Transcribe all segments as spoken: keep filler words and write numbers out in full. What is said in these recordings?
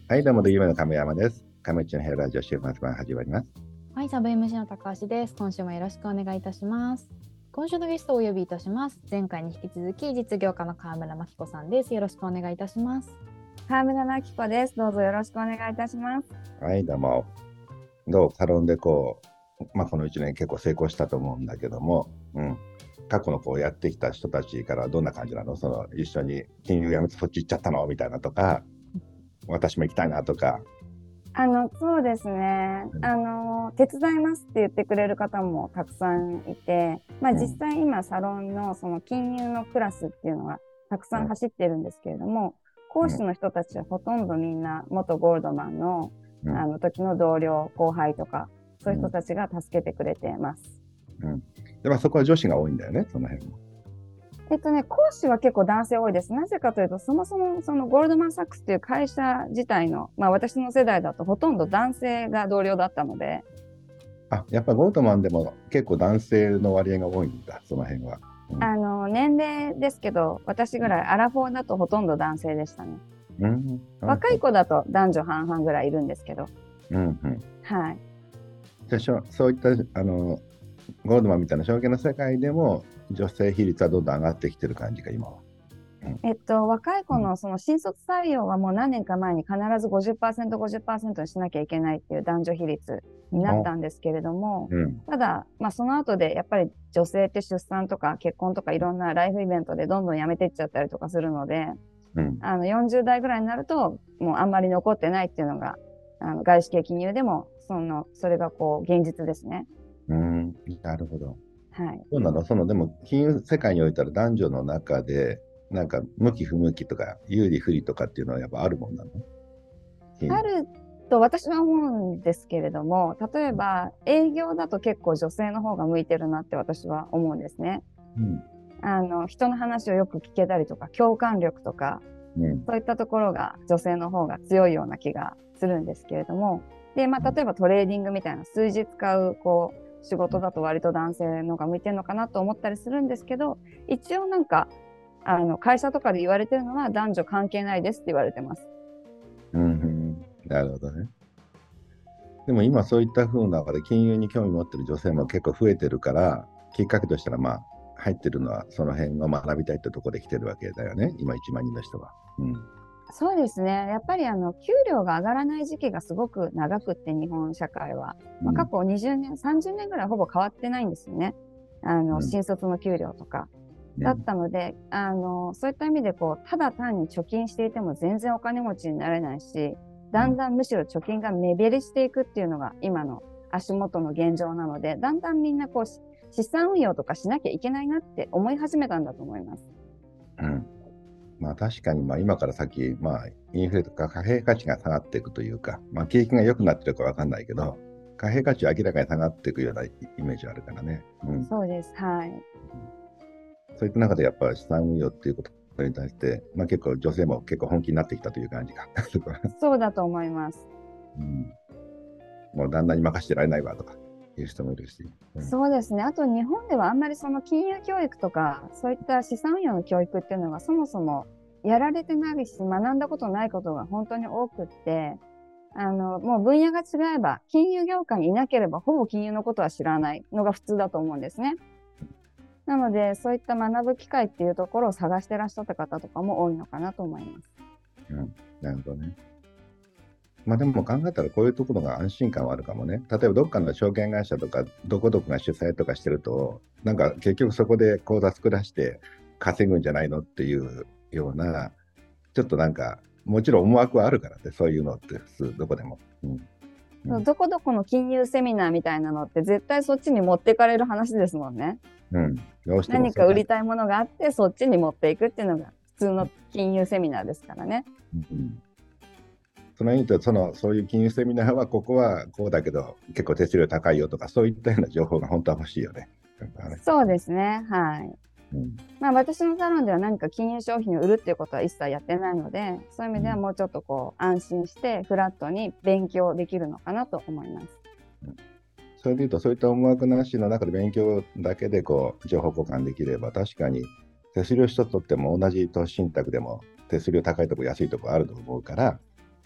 はい、どうも、ド夢の亀山です。亀っちのヘアラジオ週末版始まります。 はい、サブ エムシー の高橋です。今週もよろしくお願いいたします。今週のゲストをお呼びいたします。前回に引き続き実業家の川村真紀子さんです。よろしくお願いいたします。 川村真紀子です。どうぞよろしくお願いいたします。 はい、どうも。どうサロンでこう、まあ、このいちねん結構成功したと思うんだけども、うん、過去のこうやってきた人たちからどんな感じなの？その一緒に金融やめてそっち行っちゃったのみたいなとか、私も行きたいなとか。 あの、そうですね。 うん、 あの、手伝いますって言ってくれる方もたくさんいて、まあ実際今サロンのその金融のクラスっていうのがたくさん走ってるんですけれども、講師の人たちはほとんどみんな元ゴールドマンの、うん、あの時の同僚、後輩とか、そういう人たちが助けてくれてます。 うん。で、まあそこは女子が多いんだよね、その辺も。 えっとね、講師は結構男性多いです。なぜかというと、そもそもそのゴールドマンサックスという会社自体の、まあ私の世代だとほとんど男性が同僚だったので。 あ、やっぱゴールドマンでも結構男性の割合が多いんだ、その辺は。 うん、あの、年齢ですけど、私ぐらいアラフォーだとほとんど男性でしたね。うん、若い子だと男女半々ぐらいいるんですけど。 うんうん。 はい。 じゃあそういったあのゴールドマンみたいな証券の世界でも女性比率はどんどん上がってきてる感じか今は。 うん、えっと若い子のその新卒採用はもう何年か前に必ず ごじゅっパーセントごじゅっパーセント にしなきゃいけないっていう男女比率になったんですけれども、うん、ただまあその後でやっぱり女性って出産とか結婚とかいろんなライフイベントでどんどん辞めていっちゃったりとかするので、うん、あのよんじゅう代ぐらいになるともうあんまり残ってないっていうのがあの外資系金融でもそのそれがこう現実ですね。 うん、なるほど。 はい。 そうなの？そのでも金融世界においては男女の中でなんか向き不向きとか有利不利とかっていうのはやっぱあるもんなの？ あると私は思うんですけれども、例えば営業だと結構女性の方が向いてるなって私は思うんですね。うん、あの人の話をよく聞けたりとか共感力とか、うん、そういったところが女性の方が強いような気がするんですけれども、で、まあ、例えばトレーディングみたいな数字使うこう仕事だと割と男性の方が向いてるのかなと思ったりするんですけど、一応なんかあの会社とかで言われてるのは男女関係ないですって言われてます。 うんうん、なるほどね。でも今そういった風な中で金融に興味持ってる女性も結構増えてるから、きっかけとしたらまあ入ってるのはその辺を学びたいってところで来てるわけだよね、今いちまん人の人は。うん、 そうですね。やっぱりあの給料が上がらない時期がすごく長くって日本社会は、まあ、過去にじゅうねん、さんじゅうねんぐらいほぼ変わってないんですよね。あの、うん、新卒の給料とか。だったので、うん、あのそういった意味でこうただ単に貯金していても全然お金持ちになれないし、だんだんむしろ貯金が目減りしていくっていうのが今の足元の現状なので、だんだんみんなこう資産運用とかしなきゃいけないなって思い始めたんだと思います。 うん、まあ確かにまあ今から先、まあ、インフレとか貨幣価値が下がっていくというか、まあ、景気が良くなってるか分かんないけど、貨幣価値は明らかに下がっていくようなイメージあるからね。 うん、そうです。はい。 そういった中でやっぱり資産運用っていうことに対して、まあ、結構女性も結構本気になってきたという感じか。 そうだと思います。 うん、もう旦那に任せてられないわとかいう人もいるし、 うん、そうですね。あと日本ではあんまりその金融教育とかそういった資産運用の教育っていうのがそもそもやられてないし学んだことないことが本当に多くって、あのもう分野が違えば金融業界にいなければほぼ金融のことは知らないのが普通だと思うんですね。なのでそういった学ぶ機会っていうところを探してらっしゃった方とかも多いのかなと思います。 うん、なるほどね。まあでも考えたらこういうところが安心感はあるかもね。例えばどっかの証券会社とかどこどこが主催とかしてると、なんか結局そこで口座作らして稼ぐんじゃないのっていうような、ちょっとなんかもちろん思惑はあるからね、そういうのって普通どこでも。うんうん、どこどこの金融セミナーみたいなのって絶対そっちに持っていかれる話ですもんね。 うん、どうしても何か売りたいものがあってそっちに持っていくっていうのが普通の金融セミナーですからね。うん、 その意味でそのそういう金融セミナーはここはこうだけど結構手数料高いよとかそういったような情報が本当は欲しいよね。 そうですね。はい。うん、まあ私のサロンでは何か金融商品を売るっていうことは一切やってないので、そういう意味ではもうちょっとこう安心してフラットに勉強できるのかなと思います。 うん、それでいうとそういった思惑なしの中で勉強だけでこう情報交換できれば確かに手数料一つとっても同じ投資信託でも手数料高いところ安いところあると思うから、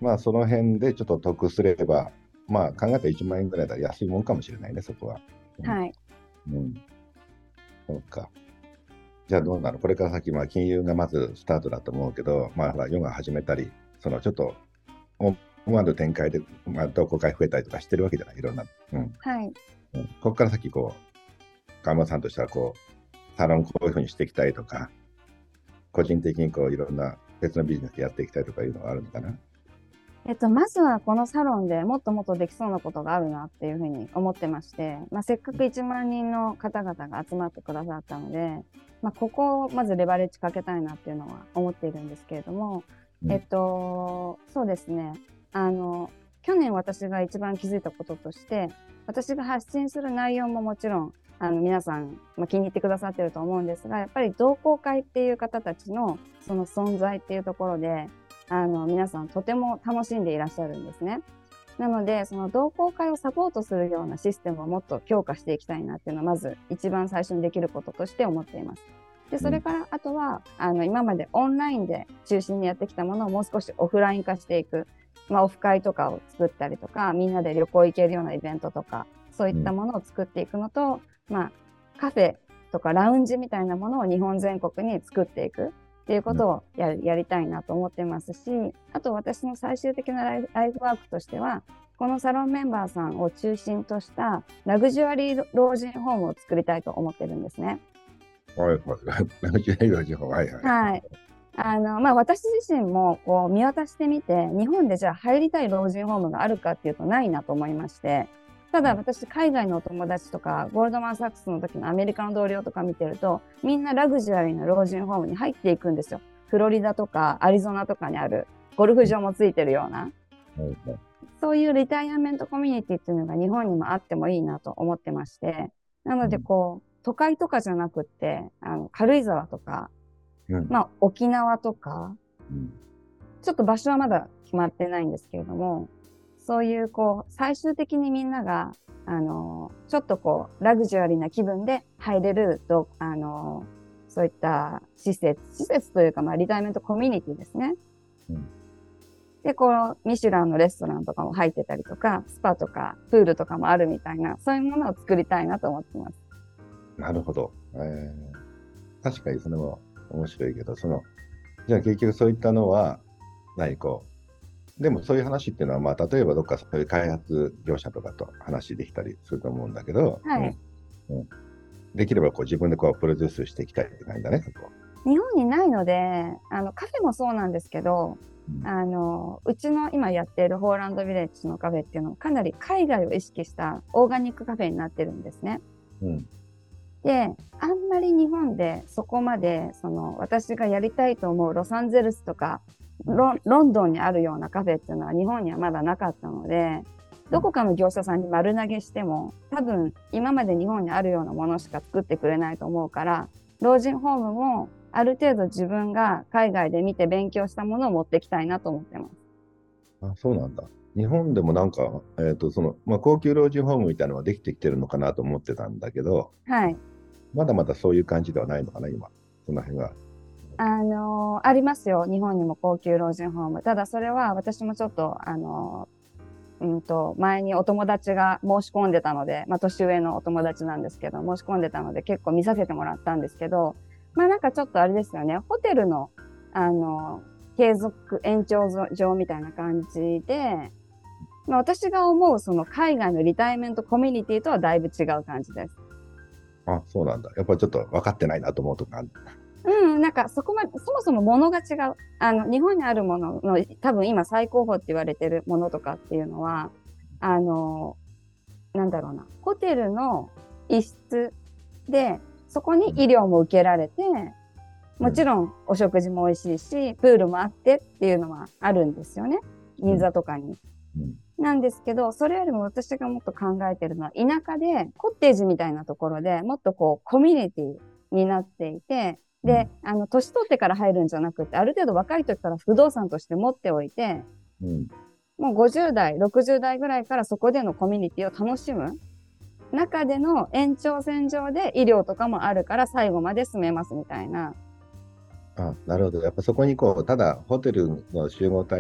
まあその辺でちょっと得すれば、まあ考えたらいちまん円ぐらいだら安いもんかもしれないね、そこは。うん、 はい。 うん。そうか。じゃあどうなのこれから先、まあ金融がまずスタートだと思うけど、まあほら、ヨガ始めたり、そのちょっと思わぬ展開で、まあ、同好会増えたりとかしてるわけじゃない、いろんな。うん。 はい。 うん、ここから先、こう、川村さんとしては、こう、サロンこういうふうにしていきたいとか、個人的にこう、いろんな別のビジネスやっていきたいとかいうのはあるのかな。 えっと、まずはこのサロンでもっともっとできそうなことがあるなっていうふうに思ってまして、まあ、せっかくいちまん人の方々が集まってくださったので、まあ、ここをまずレバレッジかけたいなっていうのは思っているんですけれども、うん、えっと、そうですね。あの、去年私が一番気づいたこととして、私が発信する内容ももちろん、あの皆さん、まあ、気に入ってくださってると思うんですが、やっぱり同好会っていう方たちのその存在っていうところで、あの皆さんとても楽しんでいらっしゃるんですね。なので、その同好会をサポートするようなシステムをもっと強化していきたいなっていうのは、まず一番最初にできることとして思っています。で、それからあとは、あの今までオンラインで中心にやってきたものをもう少しオフライン化していく。まあ、オフ会とかを作ったりとか、みんなで旅行行けるようなイベントとか、そういったものを作っていくのと、まあ、カフェとかラウンジみたいなものを日本全国に作っていくっていうことをやる、やりたいなと思ってますし、あと私の最終的なライフ、ライフワークとしては、このサロンメンバーさんを中心としたラグジュアリー老人ホームを作りたいと思ってるんですね。 はいはい。ラグジュアリー老人ホーム。はいはい。 はい。あの、まあ、私自身もこう見渡してみて、日本でじゃあ入りたい老人ホームがあるかっていうとないなと思いまして、ただ私海外のお友達とかゴールドマンサックスの時のアメリカの同僚とか見てると、みんなラグジュアリーな老人ホームに入っていくんですよ。フロリダとかアリゾナとかにあるゴルフ場もついてるような、そういうリタイアメントコミュニティっていうのが日本にもあってもいいなと思ってまして、なのでこう都会とかじゃなくって、あの軽井沢とか、うん、まあ沖縄とか、うん、ちょっと場所はまだ決まってないんですけれども、そういうこう最終的にみんながあのちょっとこうラグジュアリーな気分で入れると、あのそういった施設施設というか、まあリタイアメントコミュニティですね。うん、でこうミシュランのレストランとかも入ってたりとか、スパとかプールとかもあるみたいな、そういうものを作りたいなと思ってます。 なるほど。えー、確かにそれも面白いけど、そのじゃあ結局そういったのは何こうでもそういう話っていうのは、まあ、例えばどっかそういう開発業者とかと話できたりすると思うんだけど、 はいうんうん、できればこう自分でこうプロデュースしていきたいって感じだね。そこ日本にないので、あのカフェもそうなんですけど、うん、あのうちの今やっているホーランドビレッジのカフェっていうのはかなり海外を意識したオーガニックカフェになってるんですね。うんで、あんまり日本でそこまでその私がやりたいと思うロサンゼルスとか ロ, ロンドンにあるようなカフェっていうのは日本にはまだなかったので、どこかの業者さんに丸投げしても多分今まで日本にあるようなものしか作ってくれないと思うから、老人ホームもある程度自分が海外で見て勉強したものを持ってきたいなと思ってます。 あ、そうなんだ。日本でもなんか、えーとそのまあ、高級老人ホームみたいなのはできてきてるのかなと思ってたんだけど、 はい。 まだまだそういう感じではないのかな、今、その辺は。 あのー、ありますよ、日本にも高級老人ホーム。ただそれは私もちょっと、あのー、うんと、前にお友達が申し込んでたので、まあ年上のお友達なんですけど、申し込んでたので結構見させてもらったんですけど、まあなんかちょっとあれですよね、ホテルの、あのー、継続延長上みたいな感じで、まあ私が思うその海外のリタイメントコミュニティとはだいぶ違う感じです。 あ、そうなんだ。やっぱりちょっと分かってないなと思うとかある。 うん、なんかそこまで、そもそも物が違う。あの、日本にあるものの、多分今最高峰って言われてるものとかっていうのは、あの、なんだろうな、ホテルの一室で、そこに医療も受けられて、もちろんお食事も美味しいし、プールもあってっていうのはあるんですよね。銀座とかに。うんうんなんですけど、それよりも私がもっと考えてるのは、田舎でコッテージみたいなところでもっとこうコミュニティになっていて、で、あの、年取ってから入るんじゃなくて、ある程度若い時から不動産として持っておいて、うん、もうごじゅう代、ろくじゅう代ぐらいからそこでのコミュニティを楽しむ中での延長線上で医療とかもあるから最後まで住めますみたいな。 あ、なるほど。やっぱそこにこう、ただホテルの集合体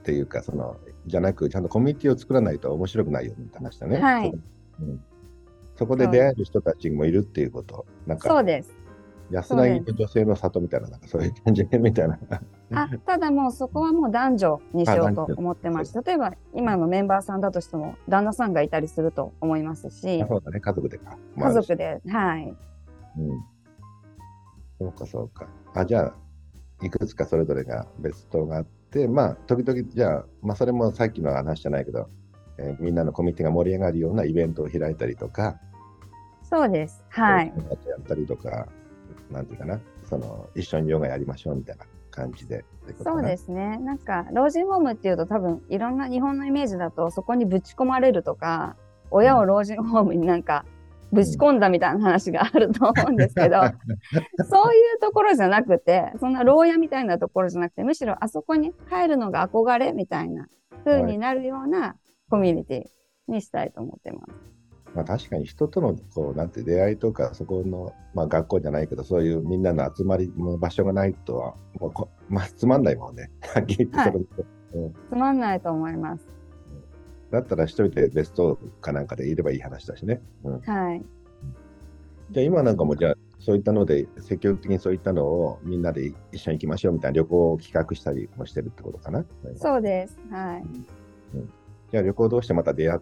っていうか、そのじゃなくちゃんとコミュニティを作らないと面白くないよみたいな話だね。 はい、 うん、そこで出会える人たちもいるっていうこと。なんかそうです。 安らぎの女性の里みたいな、なんかそういう感じみたいな。 あ、ただもうそこはもう男女にしようと思ってます。例えば今のメンバーさんだとしても旦那さんがいたりすると思いますし。 そうだね、家族でか。 家族で、はい。 うん。そうかそうか。あ、じゃあいくつかそれぞれが別棟があって、まあ時々じゃあ、まあそれもさっきの話じゃないけど、えー、みんなのコミュニティが盛り上がるようなイベントを開いたりとか。 そうです。はい。 やったりとか。なんていうかな、その一緒にヨガやりましょうみたいな感じで。 そうですね。なんか老人ホームっていうと多分いろんな日本のイメージだとそこにぶち込まれるとか、親を老人ホームになんかぶち込んだみたいな話があると思うんですけど、うん、そういうところじゃなくて、そんな牢屋みたいなところじゃなくて、むしろあそこに入るのが憧れみたいな風になるようなコミュニティにしたいと思ってます。 まあ、確かに人とのこうなんて出会いとか、そこの、まあ、学校じゃないけど、そういうみんなの集まりの場所がないとはもうこ、まあ、つまんないもんね。はっきり言ってそれ、はい、うん、 つまんないと思います。 だったら一人でベストかなんかでいればいい話だしね。うん、 はい。 じゃあ今なんかもじゃあそういったので積極的にそういったのをみんなで一緒に行きましょうみたいな旅行を企画したりもしてるってことかな。 そうです。はい。 うん、じゃあ旅行同士でまた出会って、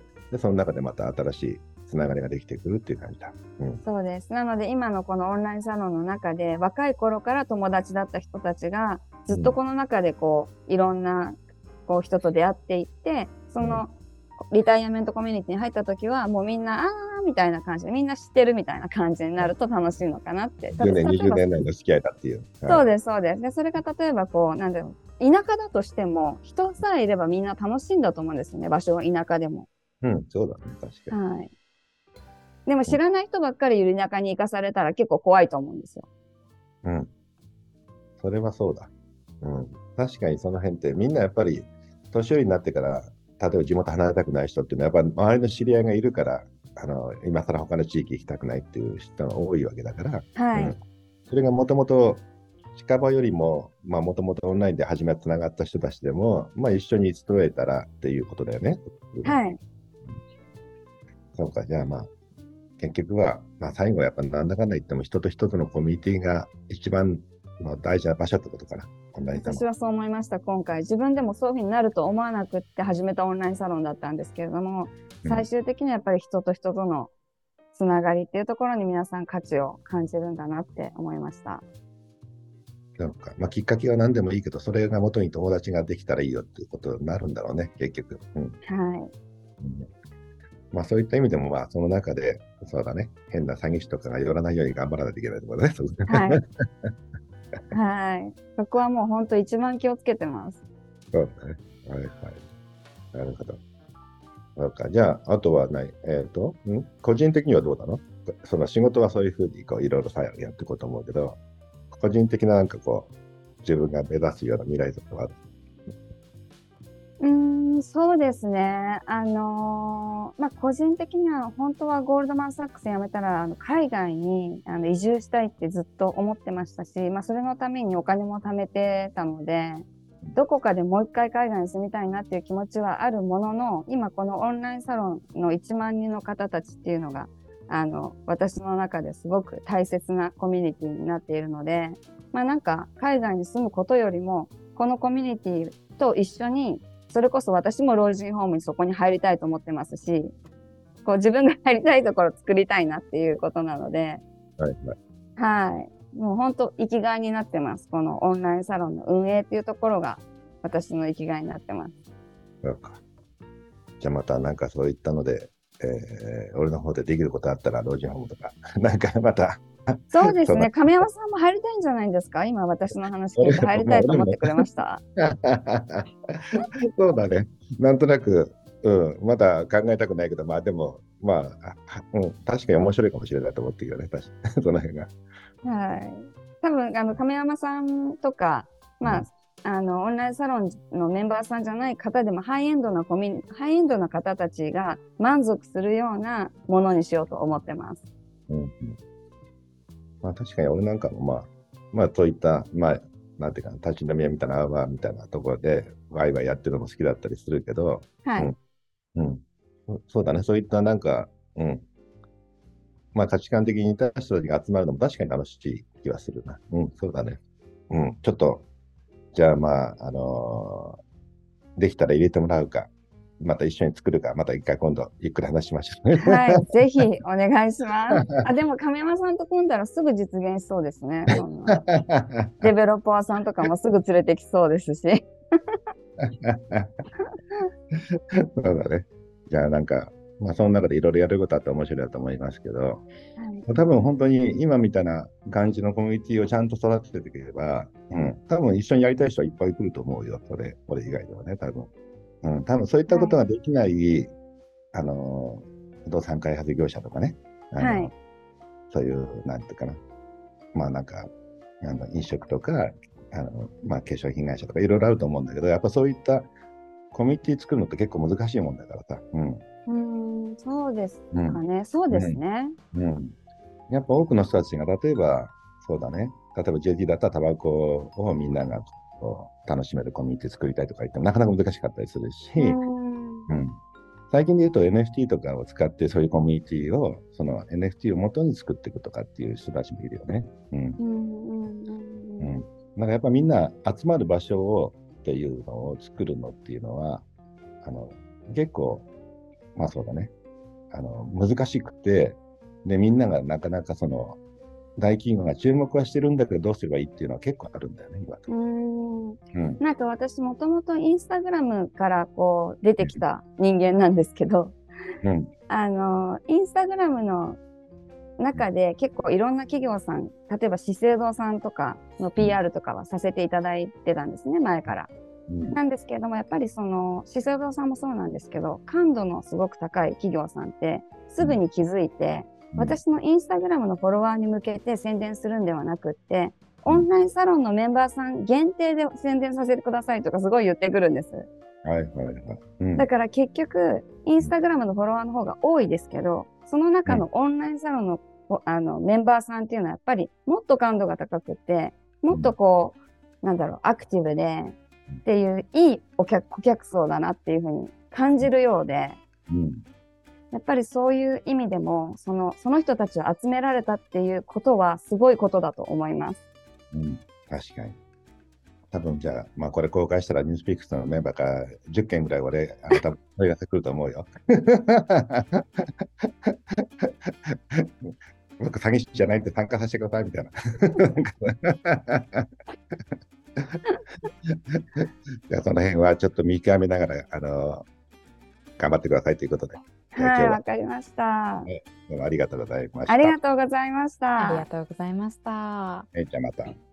でその中でまた新しいつながりができてくるっていう感じだ。 うん、そうです。なので今のこのオンラインサロンの中で若い頃から友達だった人たちがずっとこの中でこういろんなこう人と出会っていって、そのリタイアメントコミュニティに入った時はもうみんなあーみたいな感じでみんな知ってるみたいな感じになると楽しいのかなって。 じゅうねんにじゅうねん来の付き合いだっていう。 はい、そうですそうです。でそれが例えばこうなんだろう、田舎だとしても人さえいればみんな楽しいんだと思うんですよね、場所は田舎でも。 うん、そうだね、確かに。 はい。でも知らない人ばっかりいる田舎に行かされたら結構怖いと思うんですよ。 うん。それはそうだ。うん。確かにその辺ってみんなやっぱり年寄りになってから、例えば地元離れたくない人っていうのはやっぱ周りの知り合いがいるから、あの今更他の地域行きたくないっていう人が多いわけだから、 はい。うん、 それがもともと近場よりも、まあもともとオンラインで初めつながった人たちでも、まあ一緒に集えたらっていうことだよね。 はい。 そうか、じゃあまあ、結局は、まあ、最後はやっぱなんだかんだ言っても人と人とのコミュニティが一番の大事な場所ってことかな。 私はそう思いました。今回自分でもそういうふうになると思わなくって始めたオンラインサロンだったんですけれども、最終的にはやっぱり人と人とのつながりっていうところに皆さん価値を感じるんだなって思いました。 なんか、まあ、きっかけは何でもいいけど、それが元に友達ができたらいいよっていうことになるんだろうね、結局。うん、 はい。うん、 まあそういった意味でも、まあその中で、そうだね、変な詐欺師とかが寄らないように頑張らないといけないところね。 はい。はい。そこはもう本当一番気をつけてます。 そうだね。はいはい。なるほど。そうか。じゃあ、あとはない。えっ、ー、と、ん個人的にはどうなの？その仕事はそういうふうにこういろいろさやっていこうと思うけど、個人的ななんかこう、自分が目指すような未来とかある？ うーん、そうですね。あのー、まあ、個人的には本当はゴールドマンサックス辞めたらあの海外にあの移住したいってずっと思ってましたし、まあ、それのためにお金も貯めてたので、どこかでもう一回海外に住みたいなっていう気持ちはあるものの、今このオンラインサロンのいちまんにんの方たちっていうのが、あの、私の中ですごく大切なコミュニティになっているので、まあなんか海外に住むことよりも、このコミュニティと一緒にそれこそ私も老人ホームにそこに入りたいと思ってますし、こう自分が入りたいところを作りたいなっていうことなので、 はいはい。 はい。もう本当生きがいになってます。このオンラインサロンの運営っていうところが私の生きがいになってます。 そうか。じゃあまたなんかそういったので、えー、俺の方でできることあったら老人ホームとか、なんかまた。 そうですね。亀山さんも入りたいんじゃないんですか？今私の話聞いて入りたいと思ってくれました。 そうだね。なんとなく、うん、まだ考えたくないけど、まあでも、まあ、うん、確かに面白いかもしれないと思ってるよね、確かにその辺が。 はい。多分、あの、亀山さんとか、まあ、うん、あの、オンラインサロンのメンバーさんじゃない方でも、ハイエンドなコミュニ、ハイエンドな方たちが満足するようなものにしようと思ってます。 うんうん、まあ確かに俺なんかもまあ、まあそういった、まあなんていうかな、立ち飲み屋みたいなアワーみたいなところでワイワイやってるのも好きだったりするけど、 はい。 うんうん、そそうだね、そういったなんか、うん、まあ価値観的に似た人たちが集まるのも確かに楽しい気はするな。うん、そうだね。うん、ちょっと、じゃあまあ、あのーできたら入れてもらうか、また一緒に作るか、また一回今度ゆっくり話しましょうね。 はい、ぜひお願いします。あ、でも亀山さんと組んだらすぐ実現しそうですね。そんなデベロッパーさんとかもすぐ連れてきそうですし。 そうだね。じゃあなんか、まあその中でいろいろやることあって面白いと思いますけど、はい、多分本当に今みたいな感じのコミュニティをちゃんと育てていければ、うん、多分一緒にやりたい人はいっぱい来ると思うよ。それ、俺以外ではね、多分。うん、多分そういったことができない、はい、あの、不動産開発業者とかね、あの、はい、そういう、なんていうかな、まあなんか、あの飲食とか、あの、まあ化粧品会社とかいろいろあると思うんだけど、やっぱそういったコミュニティ作るのって結構難しいもんだからさ。うん。 うん、そうですかね。うん、そうですね、 うん。うん。やっぱ多くの人たちが、例えば、そうだね。例えば ジェーティー だったらタバコをみんながこう楽しめるコミュニティ作りたいとか言ってもなかなか難しかったりするし、うん、うん。最近で言うと エヌエフティー とかを使ってそういうコミュニティを、その エヌエフティー を元に作っていくとかっていう人たちもいるよね。うん。うん。うん。なんかやっぱみんな集まる場所をっていうのを作るのっていうのは、あの、結構、まあそうだね。あの、難しくて、で、みんながなかなかその、大企業が注目はしてるんだけど、どうすればいいっていうのは結構あるんだよね、今。うん。うん。なんか私もともとインスタグラムからこう出てきた人間なんですけど、うん、あの、インスタグラムの中で結構いろんな企業さん、例えば資生堂さんとかの ピーアール とかはさせていただいてたんですね、前から。うん、なんですけれども、やっぱりその資生堂さんもそうなんですけど、感度のすごく高い企業さんってすぐに気づいて、うん、私のインスタグラムのフォロワーに向けて宣伝するんではなくって、オンラインサロンのメンバーさん限定で宣伝させてくださいとかすごい言ってくるんです。 はいはいはい。うん、 だから結局、インスタグラムのフォロワーの方が多いですけど、その中のオンラインサロンの、あのメンバーさんっていうのはやっぱりもっと感度が高くて、もっとこう、なんだろう、アクティブで、っていういいお客顧客層だなっていうふうに感じるようで、うん、やっぱりそういう意味でもそのその人たちを集められたっていうことはすごいことだと思います。 うん、確かに。多分じゃあ、まあこれ公開したらニュースピックスのメンバーからじゅっけんぐらい俺、あの多分問い合わせ来ると思うよ。僕詐欺師じゃないんで参加させてくださいみたいな。じゃあその辺はちょっと見極めながら、あの頑張ってくださいということで。 はい、わかりました。 どうもありがとうございました。 ありがとうございました。 ありがとうございました。 えー、じゃあまた。